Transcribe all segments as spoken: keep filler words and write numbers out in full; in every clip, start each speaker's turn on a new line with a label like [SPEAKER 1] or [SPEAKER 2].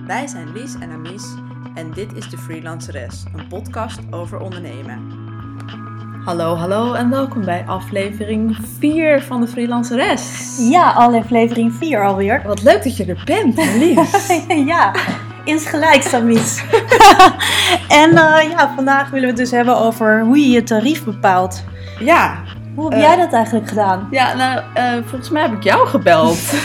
[SPEAKER 1] Wij zijn Lies en Amies en dit is de Freelanceres, een podcast over ondernemen. Hallo, hallo en welkom bij aflevering vier van de Freelanceres.
[SPEAKER 2] Ja, aflevering vier alweer.
[SPEAKER 1] Wat leuk dat je er bent, Lies.
[SPEAKER 2] Ja, insgelijks, Amies. En uh, ja, vandaag willen we het dus hebben over hoe je je tarief bepaalt.
[SPEAKER 1] Ja.
[SPEAKER 2] Hoe heb uh, jij dat eigenlijk gedaan?
[SPEAKER 1] Ja, nou, uh, volgens mij heb ik jou gebeld.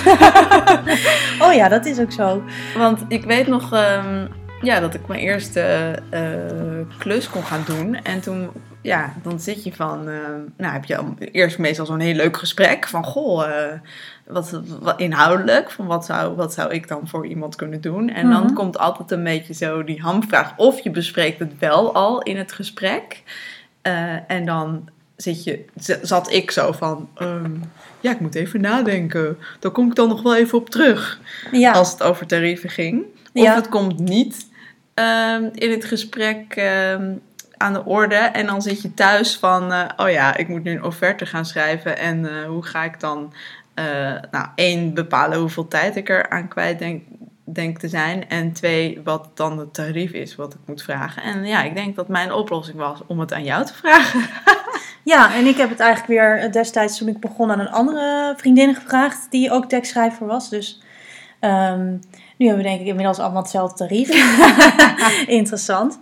[SPEAKER 2] Oh ja, dat is ook zo.
[SPEAKER 1] Want ik weet nog um, ja, dat ik mijn eerste uh, klus kon gaan doen. En toen, ja, dan zit je van... Uh, nou, heb je eerst meestal zo'n heel leuk gesprek. Van, goh, uh, wat, wat inhoudelijk. Van, wat zou, wat zou ik dan voor iemand kunnen doen? En mm-hmm. dan komt altijd een beetje zo die hamvraag. Of je bespreekt het wel al in het gesprek. Uh, en dan... Zit je, zat ik zo van, um, ja, ik moet even nadenken. Daar kom ik dan nog wel even op terug. Ja. Als het over tarieven ging. Of ja. Het komt niet um, in het gesprek um, aan de orde. En dan zit je thuis van, uh, oh ja, ik moet nu een offerte gaan schrijven. En uh, hoe ga ik dan, uh, nou, één, bepalen hoeveel tijd ik er aan kwijt denk, denk te zijn. En twee, wat dan het tarief is wat ik moet vragen. En ja, ik denk dat mijn oplossing was om het aan jou te vragen.
[SPEAKER 2] Ja, en ik heb het eigenlijk weer destijds toen ik begon aan een andere vriendin gevraagd die ook tekstschrijver was. Dus um, nu hebben we denk ik inmiddels allemaal hetzelfde tarief. Interessant.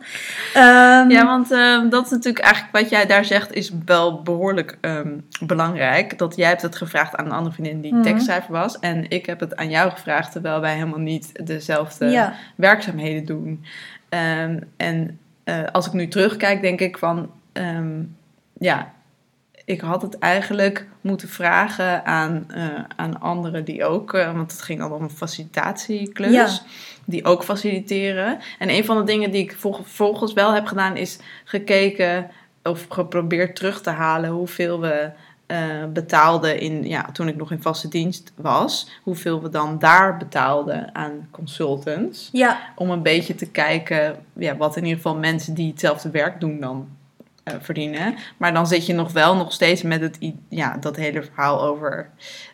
[SPEAKER 2] Um,
[SPEAKER 1] ja, want uh, dat is natuurlijk eigenlijk wat jij daar zegt is wel behoorlijk um, belangrijk. Dat jij hebt het gevraagd aan een andere vriendin die mm-hmm. tekstschrijver was. En ik heb het aan jou gevraagd terwijl wij helemaal niet dezelfde ja. werkzaamheden doen. Um, en uh, als ik nu terugkijk denk ik van... Um, ja, ik had het eigenlijk moeten vragen aan, uh, aan anderen die ook... Uh, want het ging al om een facilitatieklus. Ja. Die ook faciliteren. En een van de dingen die ik vervolgens wel heb gedaan... is gekeken of geprobeerd terug te halen... hoeveel we uh, betaalden in, ja, toen ik nog in vaste dienst was. Hoeveel we dan daar betaalden aan consultants. Ja. Om een beetje te kijken... Ja, wat in ieder geval mensen die hetzelfde werk doen dan... Uh, verdienen. Maar dan zit je nog wel nog steeds met het, ja, dat hele verhaal over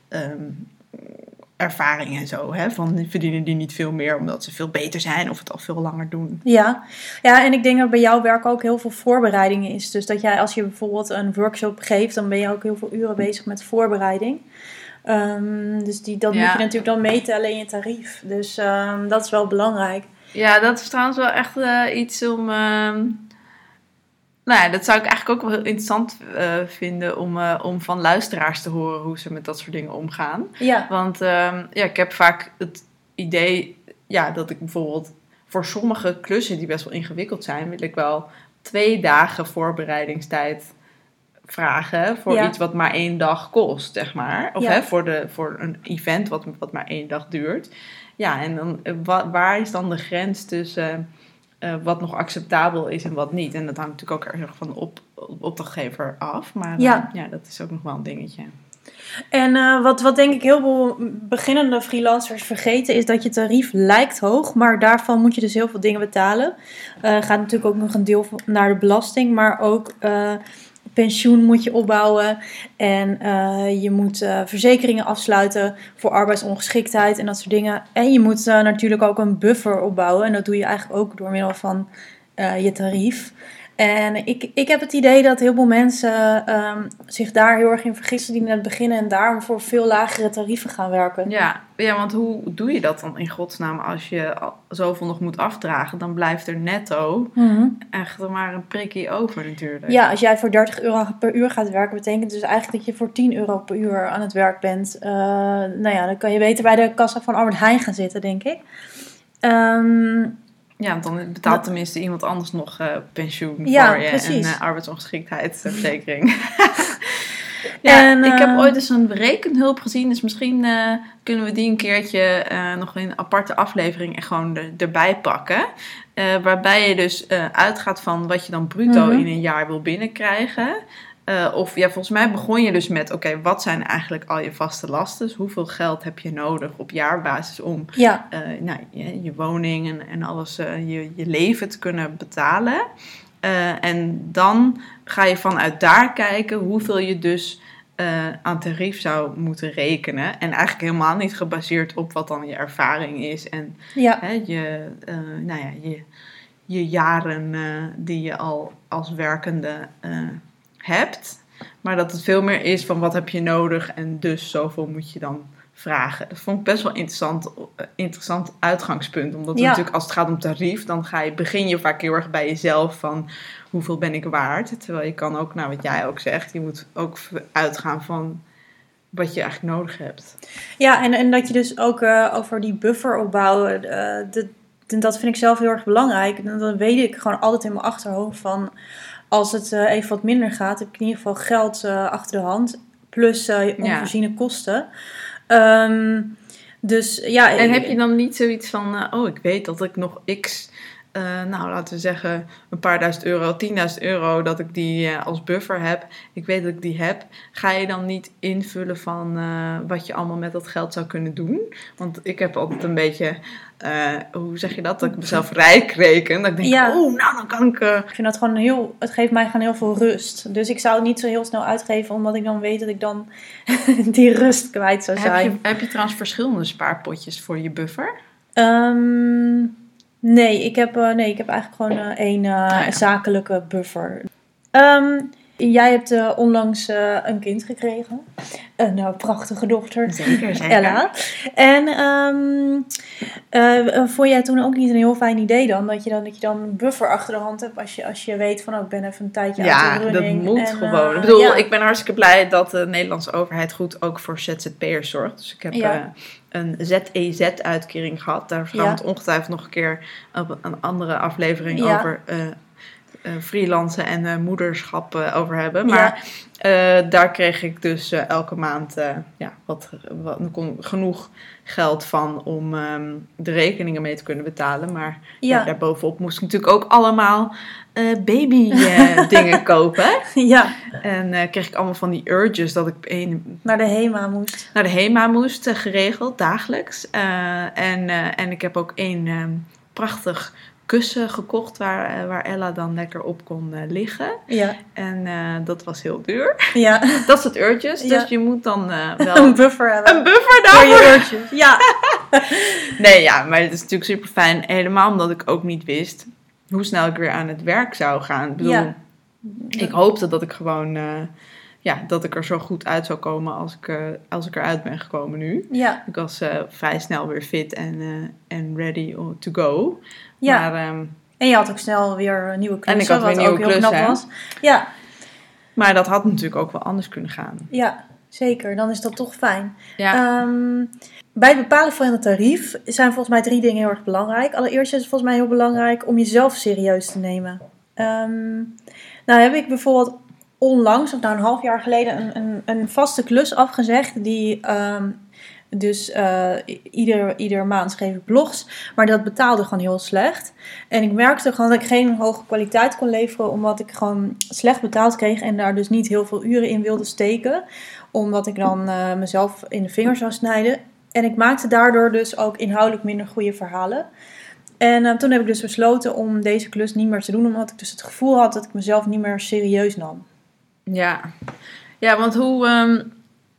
[SPEAKER 1] um, ervaring en zo. Hè? Van verdienen die niet veel meer omdat ze veel beter zijn of het al veel langer doen.
[SPEAKER 2] Ja, ja en ik denk dat bij jouw werk ook heel veel voorbereiding is. Dus dat jij als je bijvoorbeeld een workshop geeft, dan ben je ook heel veel uren bezig met voorbereiding. Um, dus die, dat ja. moet je natuurlijk dan meetellen in je tarief. Dus um, dat is wel belangrijk.
[SPEAKER 1] Ja, dat is trouwens wel echt uh, iets om... Uh, Nou ja, dat zou ik eigenlijk ook wel heel interessant uh, vinden om, uh, om van luisteraars te horen hoe ze met dat soort dingen omgaan. Ja. Want uh, ja, ik heb vaak het idee ja, dat ik bijvoorbeeld voor sommige klussen die best wel ingewikkeld zijn, wil ik wel twee dagen voorbereidingstijd vragen voor ja. iets wat maar één dag kost, zeg maar. Of ja. hè, voor, de, voor een event wat, wat maar één dag duurt. Ja, en dan, wa- waar is dan de grens tussen... Uh, wat nog acceptabel is en wat niet. En dat hangt natuurlijk ook erg van de op, opdrachtgever af. Maar ja. Uh, ja, dat is ook nog wel een dingetje.
[SPEAKER 2] En uh, wat, wat denk ik heel veel beginnende freelancers vergeten... is dat je tarief lijkt hoog... maar daarvan moet je dus heel veel dingen betalen. Uh, gaat natuurlijk ook nog een deel naar de belasting... maar ook... Uh, pensioen moet je opbouwen en uh, je moet uh, verzekeringen afsluiten voor arbeidsongeschiktheid en dat soort dingen. En je moet uh, natuurlijk ook een buffer opbouwen en dat doe je eigenlijk ook door middel van uh, je tarief. En ik, ik heb het idee dat heel veel mensen uh, zich daar heel erg in vergissen die net beginnen en daarom voor veel lagere tarieven gaan werken.
[SPEAKER 1] Ja, ja, want hoe doe je dat dan in godsnaam als je zoveel nog moet afdragen? Dan blijft er netto mm-hmm. echt maar een prikkie over natuurlijk.
[SPEAKER 2] Ja, als jij voor dertig euro per uur gaat werken, betekent dus eigenlijk dat je voor tien euro per uur aan het werk bent. Uh, nou ja, dan kan je beter bij de kassa van Albert Heijn gaan zitten, denk ik. Um,
[SPEAKER 1] Ja, want dan betaalt tenminste iemand anders nog uh, pensioen ja, voor je precies. en uh, arbeidsongeschiktheidsverzekering. ja, en, uh, ik heb ooit eens een rekenhulp gezien, dus misschien uh, kunnen we die een keertje uh, nog in een aparte aflevering en gewoon er, erbij pakken. Uh, waarbij je dus uh, uitgaat van wat je dan bruto mm-hmm. in een jaar wil binnenkrijgen. Uh, of ja, volgens mij begon je dus met, oké, okay, wat zijn eigenlijk al je vaste lasten? Dus hoeveel geld heb je nodig op jaarbasis om ja. uh, nou, je, je woning en, en alles, uh, je, je leven te kunnen betalen? Uh, en dan ga je vanuit daar kijken hoeveel je dus uh, aan tarief zou moeten rekenen. En eigenlijk helemaal niet gebaseerd op wat dan je ervaring is. En
[SPEAKER 2] Ja.
[SPEAKER 1] hè, je, uh, nou ja, je, je jaren uh, die je al als werkende uh, hebt. Maar dat het veel meer is van wat heb je nodig en dus zoveel moet je dan vragen. Dat vond ik best wel interessant, interessant uitgangspunt. Omdat
[SPEAKER 2] Ja.
[SPEAKER 1] natuurlijk als het gaat om tarief, dan ga je, begin je vaak heel erg bij jezelf van hoeveel ben ik waard. Terwijl je kan ook, nou wat jij ook zegt, je moet ook uitgaan van wat je eigenlijk nodig hebt.
[SPEAKER 2] Ja, en, en dat je dus ook uh, over die buffer opbouwen, uh, de, de, dat vind ik zelf heel erg belangrijk. En dan weet ik gewoon altijd in mijn achterhoofd van als het uh, even wat minder gaat, heb ik in ieder geval geld uh, achter de hand. Plus uh, onvoorziene ja. kosten. Um, dus ja.
[SPEAKER 1] En heb je dan niet zoiets van, uh, oh, ik weet dat ik nog x, uh, nou laten we zeggen, een paar duizend euro, tienduizend euro, dat ik die uh, als buffer heb. Ik weet dat ik die heb. Ga je dan niet invullen van uh, wat je allemaal met dat geld zou kunnen doen? Want ik heb altijd een beetje, uh, hoe zeg je dat? Dat ik mezelf rijk reken. Dat ik denk, ja. oh, nou dan kan ik... Uh...
[SPEAKER 2] Ik vind dat gewoon heel, het geeft mij gewoon heel veel rust. Dus ik zou het niet zo heel snel uitgeven, omdat ik dan weet dat ik dan die rust kwijt zou zijn.
[SPEAKER 1] Heb je, heb je trouwens verschillende spaarpotjes voor je buffer?
[SPEAKER 2] Um, nee, ik heb, uh, nee, ik heb eigenlijk gewoon uh, één uh, ah, ja. zakelijke buffer. Um, Jij hebt uh, onlangs uh, een kind gekregen. Een uh, prachtige dochter.
[SPEAKER 1] Zeker, zeker.
[SPEAKER 2] Ella. En um, uh, vond jij toen ook niet een heel fijn idee dan? Dat je dan, dat je dan een buffer achter de hand hebt als je, als je weet van oh, ik ben even een tijdje
[SPEAKER 1] ja,
[SPEAKER 2] uit de running.
[SPEAKER 1] Ja, dat moet
[SPEAKER 2] en,
[SPEAKER 1] gewoon.
[SPEAKER 2] Uh,
[SPEAKER 1] ik bedoel,
[SPEAKER 2] ja.
[SPEAKER 1] ik ben hartstikke blij dat de Nederlandse overheid goed ook voor Z Z P'ers zorgt. Dus ik heb ja. uh, een Z E Z-uitkering gehad. Daar gaan we ja. het ongetwijfeld nog een keer op een andere aflevering ja. over... Uh, Uh, freelancen en uh, moederschap uh, over hebben. Maar ja. uh, daar kreeg ik dus uh, elke maand uh, ja, wat, wat, genoeg geld van om um, de rekeningen mee te kunnen betalen. Maar ja. Ja, daarbovenop moest ik natuurlijk ook allemaal uh, baby uh, dingen kopen.
[SPEAKER 2] Ja.
[SPEAKER 1] En uh, kreeg ik allemaal van die urges dat ik een,
[SPEAKER 2] naar de HEMA moest.
[SPEAKER 1] Naar de HEMA moest, uh, geregeld, dagelijks. Uh, en, uh, en ik heb ook één um, prachtig kussen gekocht waar, uh, waar Ella dan lekker op kon uh, liggen.
[SPEAKER 2] Ja.
[SPEAKER 1] En uh, dat was heel duur.
[SPEAKER 2] Ja.
[SPEAKER 1] Dat is het urges. Ja. Dus je moet dan uh, wel...
[SPEAKER 2] een buffer hebben.
[SPEAKER 1] Een buffer daarvoor.
[SPEAKER 2] Voor je urges. Ja.
[SPEAKER 1] Nee, ja, maar het is natuurlijk super fijn. Helemaal omdat ik ook niet wist hoe snel ik weer aan het werk zou gaan. Ik bedoel, ja. ik hoopte dat ik gewoon... Uh, ja, dat ik er zo goed uit zou komen als ik, uh, als ik eruit ben gekomen nu.
[SPEAKER 2] Ja.
[SPEAKER 1] Ik was uh, vrij snel weer fit en uh, ready to go.
[SPEAKER 2] Ja.
[SPEAKER 1] Maar, um,
[SPEAKER 2] en je had ook snel weer nieuwe klussen,
[SPEAKER 1] en ik had
[SPEAKER 2] wat
[SPEAKER 1] weer nieuwe
[SPEAKER 2] ook heel
[SPEAKER 1] klussen,
[SPEAKER 2] knap was. Ja.
[SPEAKER 1] Maar dat had natuurlijk ook wel anders kunnen gaan.
[SPEAKER 2] Ja, zeker. Dan is dat toch fijn.
[SPEAKER 1] Ja.
[SPEAKER 2] Um, bij het bepalen van het tarief zijn volgens mij drie dingen heel erg belangrijk. Allereerst is het volgens mij heel belangrijk om jezelf serieus te nemen. Um, nou heb ik bijvoorbeeld onlangs, of nou een half jaar geleden, een, een, een vaste klus afgezegd. Die um, dus uh, ieder, ieder maand schreef ik blogs. Maar dat betaalde gewoon heel slecht. En ik merkte gewoon dat ik geen hoge kwaliteit kon leveren. Omdat ik gewoon slecht betaald kreeg. En daar dus niet heel veel uren in wilde steken. Omdat ik dan uh, mezelf in de vingers zou snijden. En ik maakte daardoor dus ook inhoudelijk minder goede verhalen. En uh, toen heb ik dus besloten om deze klus niet meer te doen. Omdat ik dus het gevoel had dat ik mezelf niet meer serieus nam.
[SPEAKER 1] Ja, ja, want hoe... Um,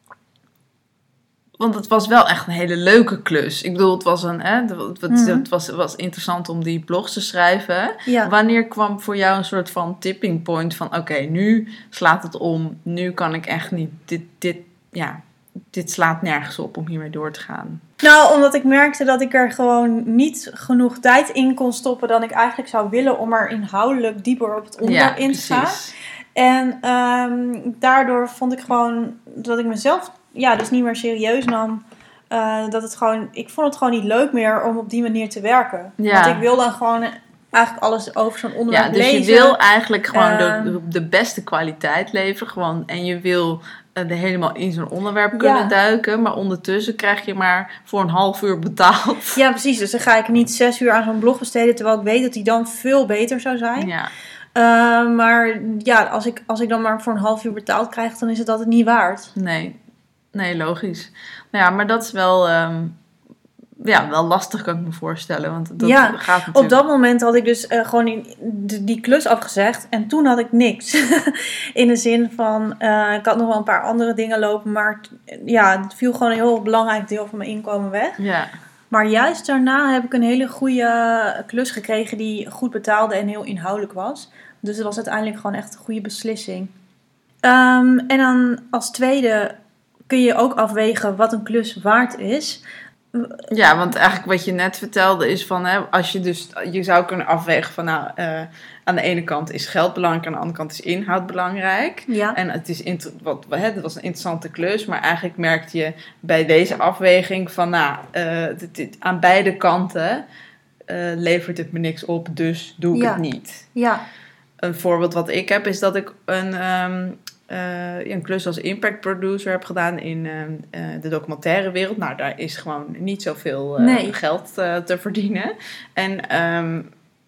[SPEAKER 1] want het was wel echt een hele leuke klus. Ik bedoel, het was, een, hè, het, het, mm-hmm. het was, was interessant om die blogs te schrijven.
[SPEAKER 2] Ja.
[SPEAKER 1] Wanneer kwam voor jou een soort van tipping point van... Oké, okay, nu slaat het om. Nu kan ik echt niet... Dit, dit, ja, dit slaat nergens op om hiermee door te gaan.
[SPEAKER 2] Nou, omdat ik merkte dat ik er gewoon niet genoeg tijd in kon stoppen... dan ik eigenlijk zou willen om er inhoudelijk dieper op het onderwerp
[SPEAKER 1] ja,
[SPEAKER 2] in te gaan. En um, daardoor vond ik gewoon dat ik mezelf ja, dus niet meer serieus nam. Uh, dat het gewoon, ik vond het gewoon niet leuk meer om op die manier te werken. Ja. Want ik wil dan gewoon eigenlijk alles over zo'n onderwerp
[SPEAKER 1] ja, dus
[SPEAKER 2] lezen.
[SPEAKER 1] Dus je wil eigenlijk gewoon
[SPEAKER 2] uh,
[SPEAKER 1] de, de beste kwaliteit leveren. Gewoon, en je wil uh, er helemaal in zo'n onderwerp kunnen
[SPEAKER 2] ja.
[SPEAKER 1] duiken. Maar ondertussen krijg je maar voor een half uur betaald.
[SPEAKER 2] Ja, precies. Dus dan ga ik niet zes uur aan zo'n blog besteden. Terwijl ik weet dat die dan veel beter zou zijn.
[SPEAKER 1] Ja.
[SPEAKER 2] Uh, maar ja, als ik, als ik dan maar voor een half uur betaald krijg, dan is het altijd niet waard.
[SPEAKER 1] Nee, nee, logisch. Nou ja, maar dat is wel, um, ja, wel lastig kan ik me voorstellen. Want dat
[SPEAKER 2] Ja,
[SPEAKER 1] gaat natuurlijk...
[SPEAKER 2] Op dat moment had ik dus uh, gewoon die, die klus afgezegd. En toen had ik niks. In de zin van, uh, ik had nog wel een paar andere dingen lopen. Maar t- ja, het viel gewoon een heel belangrijk deel van mijn inkomen weg.
[SPEAKER 1] Ja.
[SPEAKER 2] Maar juist daarna heb ik een hele goede klus gekregen die goed betaalde en heel inhoudelijk was. Dus het was uiteindelijk gewoon echt een goede beslissing. Um, en dan als tweede kun je ook afwegen wat een klus waard is.
[SPEAKER 1] Ja, want eigenlijk wat je net vertelde is van, hè, als je dus, je zou kunnen afwegen van, nou, uh, aan de ene kant is geld belangrijk, aan de andere kant is inhoud belangrijk.
[SPEAKER 2] Ja.
[SPEAKER 1] En het is, inter- wat, hè, het was een interessante klus, maar eigenlijk merkte je bij deze afweging van, nou, uh, dit, dit, aan beide kanten uh, levert het me niks op, dus doe ik
[SPEAKER 2] Ja.
[SPEAKER 1] het niet.
[SPEAKER 2] Ja.
[SPEAKER 1] Een voorbeeld wat ik heb is dat ik een... Um, Uh, een klus als impact producer heb gedaan in uh, uh, de documentaire wereld. Nou, daar is gewoon niet zoveel uh,
[SPEAKER 2] Nee.
[SPEAKER 1] geld uh, te verdienen. En um,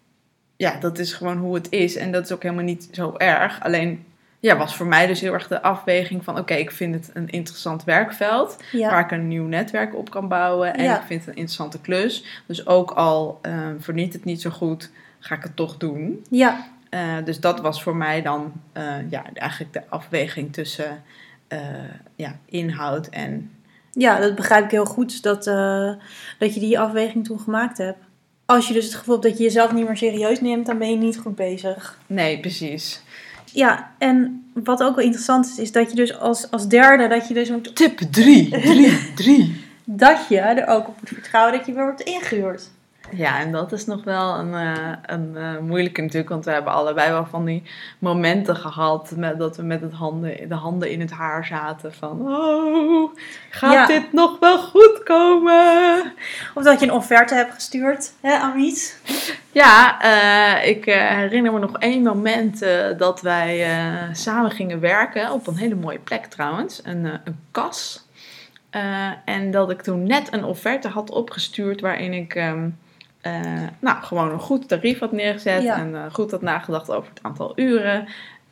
[SPEAKER 1] ja, dat is gewoon hoe het is. En dat is ook helemaal niet zo erg. Alleen, ja, was voor mij dus heel erg de afweging van... Oké, okay, ik vind het een interessant werkveld...
[SPEAKER 2] Ja.
[SPEAKER 1] waar ik een nieuw netwerk op kan bouwen. En
[SPEAKER 2] Ja.
[SPEAKER 1] ik vind het een interessante klus. Dus ook al uh, verdient het niet zo goed, ga ik het toch doen.
[SPEAKER 2] Ja.
[SPEAKER 1] Uh, dus dat was voor mij dan uh, ja, eigenlijk de afweging tussen uh, ja, inhoud en...
[SPEAKER 2] Ja, dat begrijp ik heel goed, dat, uh, dat je die afweging toen gemaakt hebt. Als je dus het gevoel hebt dat je jezelf niet meer serieus neemt, dan ben je niet goed bezig.
[SPEAKER 1] Nee, precies.
[SPEAKER 2] Ja, en wat ook wel interessant is, is dat je dus als, als derde, dat je dus moet...
[SPEAKER 1] Tip drie, drie, drie.
[SPEAKER 2] Dat je er ook op moet vertrouwen dat je weer wordt ingehuurd.
[SPEAKER 1] Ja, en dat is nog wel een, uh, een uh, moeilijke natuurlijk, want we hebben allebei wel van die momenten gehad met, dat we met het handen, de handen in het haar zaten van, oh, gaat ja. dit nog wel goed komen?
[SPEAKER 2] Of dat je een offerte hebt gestuurd, hè, aan iets?
[SPEAKER 1] Ja, uh, ik uh, herinner me nog één moment uh, dat wij uh, samen gingen werken, op een hele mooie plek trouwens, een, uh, een kas. Uh, en dat ik toen net een offerte had opgestuurd waarin ik... Um, Uh, nou, gewoon een goed tarief had neergezet ja. en uh, goed had nagedacht over het aantal uren.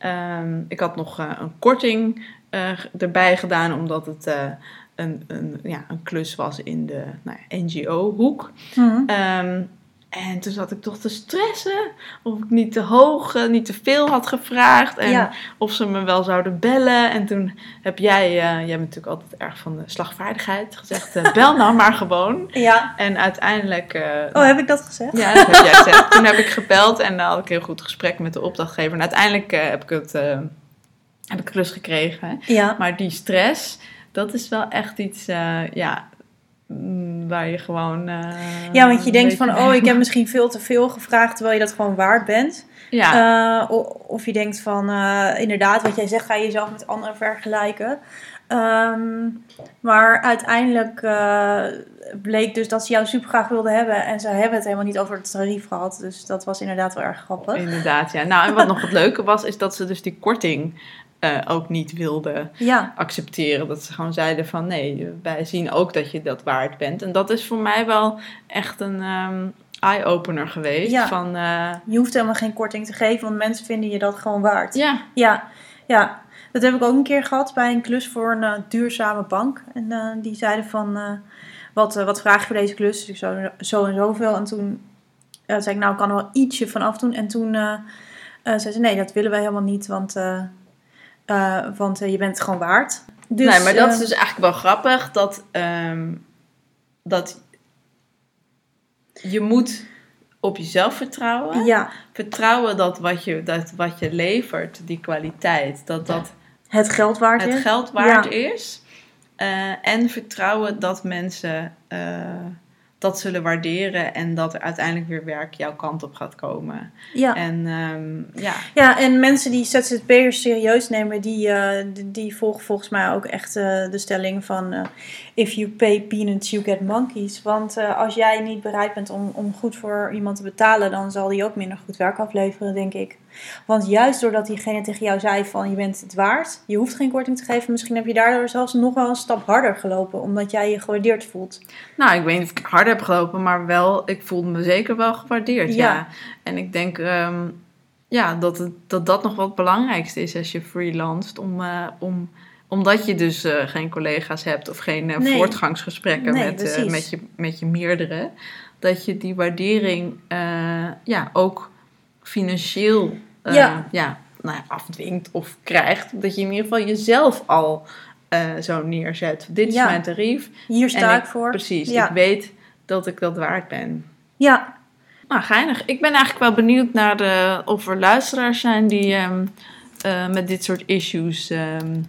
[SPEAKER 1] Um, ik had nog uh, een korting uh, erbij gedaan, omdat het uh, een, een, ja, een klus was in de nou ja, N G O-hoek.
[SPEAKER 2] Mm-hmm.
[SPEAKER 1] Um, en toen zat ik toch te stressen of ik niet te hoog, uh, niet te veel had gevraagd. En
[SPEAKER 2] ja.
[SPEAKER 1] of ze me wel zouden bellen. En toen heb jij, uh, jij bent natuurlijk altijd erg van de slagvaardigheid, gezegd, uh, bel nou maar gewoon.
[SPEAKER 2] Ja.
[SPEAKER 1] En uiteindelijk... Uh,
[SPEAKER 2] oh, nou, heb ik dat gezegd?
[SPEAKER 1] Ja, dat heb jij gezegd. Toen heb ik gebeld en dan had ik een heel goed gesprek met de opdrachtgever. En uiteindelijk uh, heb ik het, uh, heb ik klus gekregen.
[SPEAKER 2] Ja.
[SPEAKER 1] Maar die stress, dat is wel echt iets, uh, ja... waar je gewoon... Uh,
[SPEAKER 2] ja, want je denkt van, oh, ik heb misschien veel te veel gevraagd, terwijl je dat gewoon waard bent.
[SPEAKER 1] Ja.
[SPEAKER 2] Uh, of je denkt van, uh, inderdaad, wat jij zegt, ga je jezelf met anderen vergelijken. Um, maar uiteindelijk uh, bleek dus dat ze jou super graag wilden hebben. En ze hebben het helemaal niet over het tarief gehad. Dus dat was inderdaad wel erg grappig.
[SPEAKER 1] Inderdaad, ja. Nou, en wat nog het leuke was, is dat ze dus die korting... Uh, ook niet wilden
[SPEAKER 2] ja.
[SPEAKER 1] accepteren. Dat ze gewoon zeiden van nee, wij zien ook dat je dat waard bent. En dat is voor mij wel echt een um, eye-opener geweest.
[SPEAKER 2] Ja.
[SPEAKER 1] Van, uh,
[SPEAKER 2] je hoeft helemaal geen korting te geven, want mensen vinden je dat gewoon waard.
[SPEAKER 1] Ja.
[SPEAKER 2] Ja, ja. Dat heb ik ook een keer gehad bij een klus voor een uh, duurzame bank. En uh, die zeiden van, uh, wat, uh, wat vraag je voor deze klus? Dus ik zo, zo en zoveel. En toen uh, zei ik, nou, ik kan er wel ietsje van afdoen. En toen uh, uh, zei ze, nee, dat willen wij helemaal niet, want... Uh, Uh, want uh, je bent het gewoon waard. Dus,
[SPEAKER 1] nee, maar dat
[SPEAKER 2] uh,
[SPEAKER 1] is dus eigenlijk wel grappig. Dat, um, dat je moet op jezelf vertrouwen.
[SPEAKER 2] Ja.
[SPEAKER 1] Vertrouwen dat wat je, dat wat je levert, die kwaliteit, dat dat
[SPEAKER 2] het geld waard
[SPEAKER 1] het
[SPEAKER 2] is.
[SPEAKER 1] Geld waard
[SPEAKER 2] ja.
[SPEAKER 1] is. Uh, en vertrouwen dat mensen uh, dat zullen waarderen en dat er uiteindelijk weer werk jouw kant op gaat komen.
[SPEAKER 2] Ja.
[SPEAKER 1] En um, ja.
[SPEAKER 2] Ja, en mensen die Z Z P'ers serieus nemen, die, uh, die, die volgen volgens mij ook echt uh, de stelling van uh, if you pay peanuts, you get monkeys. Want uh, als jij niet bereid bent om, om goed voor iemand te betalen, dan zal die ook minder goed werk afleveren, denk ik. Want juist doordat diegene tegen jou zei van je bent het waard, je hoeft geen korting te geven, misschien heb je daardoor zelfs nog wel een stap harder gelopen, omdat jij je gewaardeerd voelt.
[SPEAKER 1] Nou, ik weet niet of ik harder heb gelopen, maar wel, ik voelde me zeker wel gewaardeerd, ja. ja. En ik denk um, ja, dat, het, dat dat nog wel het belangrijkste is als je freelanced, om, uh, om omdat je dus uh, geen collega's hebt of geen uh,
[SPEAKER 2] Nee.
[SPEAKER 1] voortgangsgesprekken
[SPEAKER 2] Nee,
[SPEAKER 1] met, uh,
[SPEAKER 2] precies.
[SPEAKER 1] met, je, met je meerdere, dat je die waardering uh, ja, ook financieel uh,
[SPEAKER 2] Ja.
[SPEAKER 1] Ja, nou ja, afdwingt of krijgt. Dat je in ieder geval jezelf al uh, zo neerzet. Dit is
[SPEAKER 2] Ja.
[SPEAKER 1] mijn tarief.
[SPEAKER 2] Hier sta
[SPEAKER 1] En
[SPEAKER 2] ik voor.
[SPEAKER 1] Precies,
[SPEAKER 2] Ja.
[SPEAKER 1] ik weet dat ik dat waard ben.
[SPEAKER 2] Ja,
[SPEAKER 1] Nou, geinig. Ik ben eigenlijk wel benieuwd naar de, of er luisteraars zijn die um, uh, met dit soort issues um,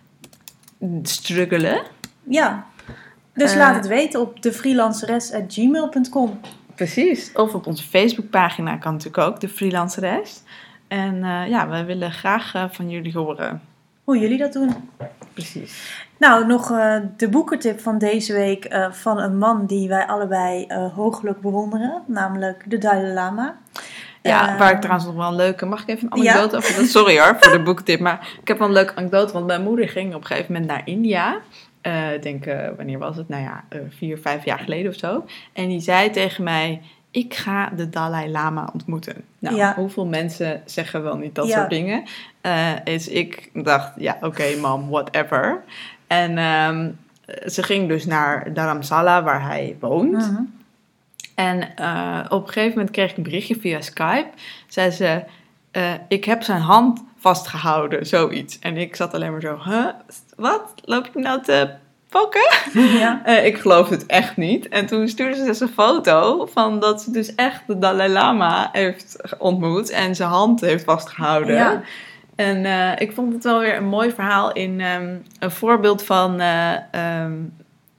[SPEAKER 1] struggelen.
[SPEAKER 2] ja. Dus
[SPEAKER 1] Uh,
[SPEAKER 2] laat het weten op de freelanceres at gmail dot com.
[SPEAKER 1] Precies. Of op onze Facebookpagina kan natuurlijk ook, de Freelanceres. En uh, ja, wij willen graag uh, van jullie horen.
[SPEAKER 2] Hoe jullie dat doen.
[SPEAKER 1] Precies.
[SPEAKER 2] Nou, nog uh, de boekentip van deze week uh, van een man die wij allebei uh, hooglijk bewonderen. Namelijk de Dalai Lama.
[SPEAKER 1] Ja,
[SPEAKER 2] Uh,
[SPEAKER 1] waar ik trouwens nog wel een leuke... Mag ik even een anekdote over dat? Sorry hoor, voor de boekentip. Maar ik heb wel een leuke anekdote, want mijn moeder ging op een gegeven moment naar India. Uh, ik denk, uh, wanneer was het? Nou ja, uh, vier, vijf jaar geleden of zo. En die zei tegen mij, ik ga de Dalai Lama ontmoeten. Nou,
[SPEAKER 2] Ja.
[SPEAKER 1] hoeveel mensen zeggen wel niet dat
[SPEAKER 2] Ja.
[SPEAKER 1] soort dingen? Uh, dus ik dacht, ja, oké, okay, mam, whatever. En um, ze ging dus naar Dharamsala, waar hij woont.
[SPEAKER 2] uh-huh.
[SPEAKER 1] En uh, op een gegeven moment kreeg ik een berichtje via Skype. Zei ze, uh, ik heb zijn hand vastgehouden, zoiets. En ik zat alleen maar zo, huh? Wat? Loop ik nou te pokken?
[SPEAKER 2] Ja.
[SPEAKER 1] Uh, ik geloof het echt niet. En toen stuurde ze dus een foto van dat ze dus echt de Dalai Lama heeft ontmoet en zijn hand heeft vastgehouden.
[SPEAKER 2] Ja.
[SPEAKER 1] En uh, ik vond het wel weer een mooi verhaal in um, een voorbeeld van... Uh, um,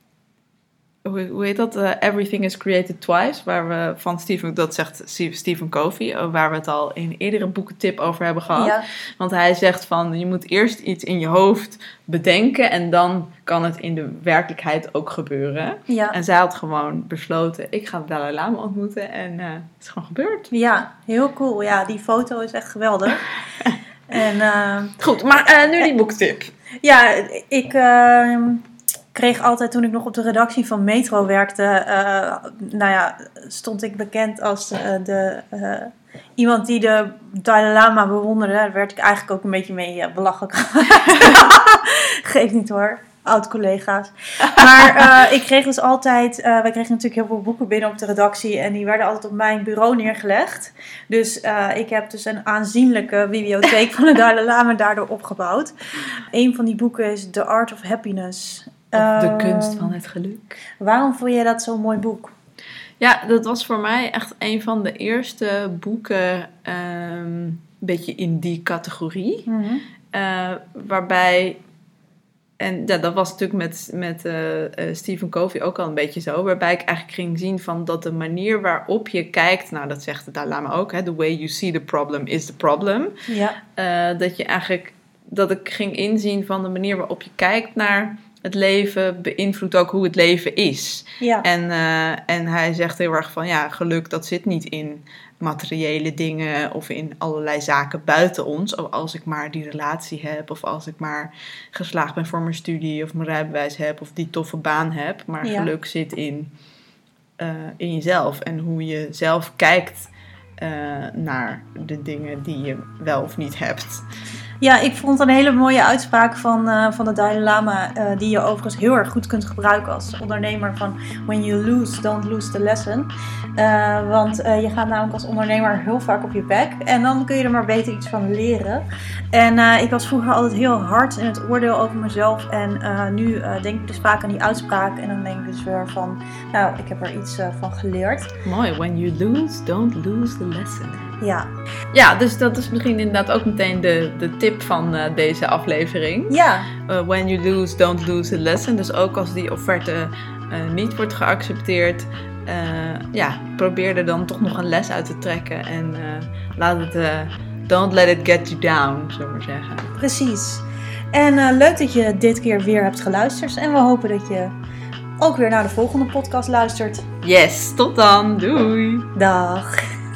[SPEAKER 1] Hoe, hoe heet dat? Uh, Everything is Created Twice. Waar we van Stephen, dat zegt Stephen Covey, waar we het al in eerdere boekentip over hebben gehad.
[SPEAKER 2] Ja.
[SPEAKER 1] Want hij zegt van, je moet eerst iets in je hoofd bedenken en dan kan het in de werkelijkheid ook gebeuren.
[SPEAKER 2] Ja.
[SPEAKER 1] En zij had gewoon besloten, ik ga de Dalai Lama ontmoeten en uh, het is gewoon gebeurd.
[SPEAKER 2] Ja, heel cool. Ja, die foto is echt geweldig. en, uh,
[SPEAKER 1] Goed, maar uh, nu die boektip.
[SPEAKER 2] Ja, ik... Uh, kreeg altijd, toen ik nog op de redactie van Metro werkte, uh, nou ja, stond ik bekend als uh, de, uh, iemand die de Dalai Lama bewonderde. Daar werd ik eigenlijk ook een beetje mee uh, belachelijk gemaakt. Geef niet hoor, oud-collega's. Maar uh, ik kreeg dus altijd, uh, wij kregen natuurlijk heel veel boeken binnen op de redactie en die werden altijd op mijn bureau neergelegd. Dus uh, ik heb dus een aanzienlijke bibliotheek van de Dalai Lama daardoor opgebouwd. Een van die boeken is The Art of Happiness.
[SPEAKER 1] Of de
[SPEAKER 2] Uh,
[SPEAKER 1] kunst van het geluk.
[SPEAKER 2] Waarom vond jij dat zo'n mooi boek?
[SPEAKER 1] Ja, dat was voor mij echt een van de eerste boeken, um, een beetje in die categorie.
[SPEAKER 2] Mm-hmm.
[SPEAKER 1] Uh, waarbij, en ja, dat was natuurlijk met, met uh, uh, Stephen Covey ook al een beetje zo, waarbij ik eigenlijk ging zien van dat de manier waarop je kijkt, nou dat zegt de Dalai Lama ook, hè, the way you see the problem is the problem.
[SPEAKER 2] Ja.
[SPEAKER 1] Uh, dat je eigenlijk, dat ik ging inzien van de manier waarop je kijkt naar het leven beïnvloedt ook hoe het leven is.
[SPEAKER 2] Ja.
[SPEAKER 1] En, uh, en hij zegt heel erg van, ja, geluk dat zit niet in materiële dingen of in allerlei zaken buiten ons. Of als ik maar die relatie heb, of als ik maar geslaagd ben voor mijn studie, of mijn rijbewijs heb, of die toffe baan heb. Maar
[SPEAKER 2] Ja.
[SPEAKER 1] geluk zit in, uh, in jezelf en hoe je zelf kijkt uh, naar de dingen die je wel of niet hebt.
[SPEAKER 2] Ja, ik vond een hele mooie uitspraak van, uh, van de Dalai Lama, uh, die je overigens heel erg goed kunt gebruiken als ondernemer van when you lose, don't lose the lesson. Uh, want uh, je gaat namelijk als ondernemer heel vaak op je bek en dan kun je er maar beter iets van leren. En uh, ik was vroeger altijd heel hard in het oordeel over mezelf en uh, nu uh, denk ik dus vaak aan die uitspraak en dan denk ik dus weer van, nou, ik heb er iets uh, van geleerd.
[SPEAKER 1] Mooi, when you lose, don't lose the lesson.
[SPEAKER 2] Ja.
[SPEAKER 1] Ja, dus dat is misschien inderdaad ook meteen de, de tip van uh, deze aflevering.
[SPEAKER 2] Ja.
[SPEAKER 1] Uh, when you lose, don't lose the lesson. Dus ook als die offerte uh, niet wordt geaccepteerd, uh, ja, probeer er dan toch nog een les uit te trekken. En uh, laat het, uh, don't let it get you down, zullen we maar zeggen.
[SPEAKER 2] Precies. En uh, leuk dat je dit keer weer hebt geluisterd. En we hopen dat je ook weer naar de volgende podcast luistert.
[SPEAKER 1] Yes, tot dan. Doei.
[SPEAKER 2] Dag.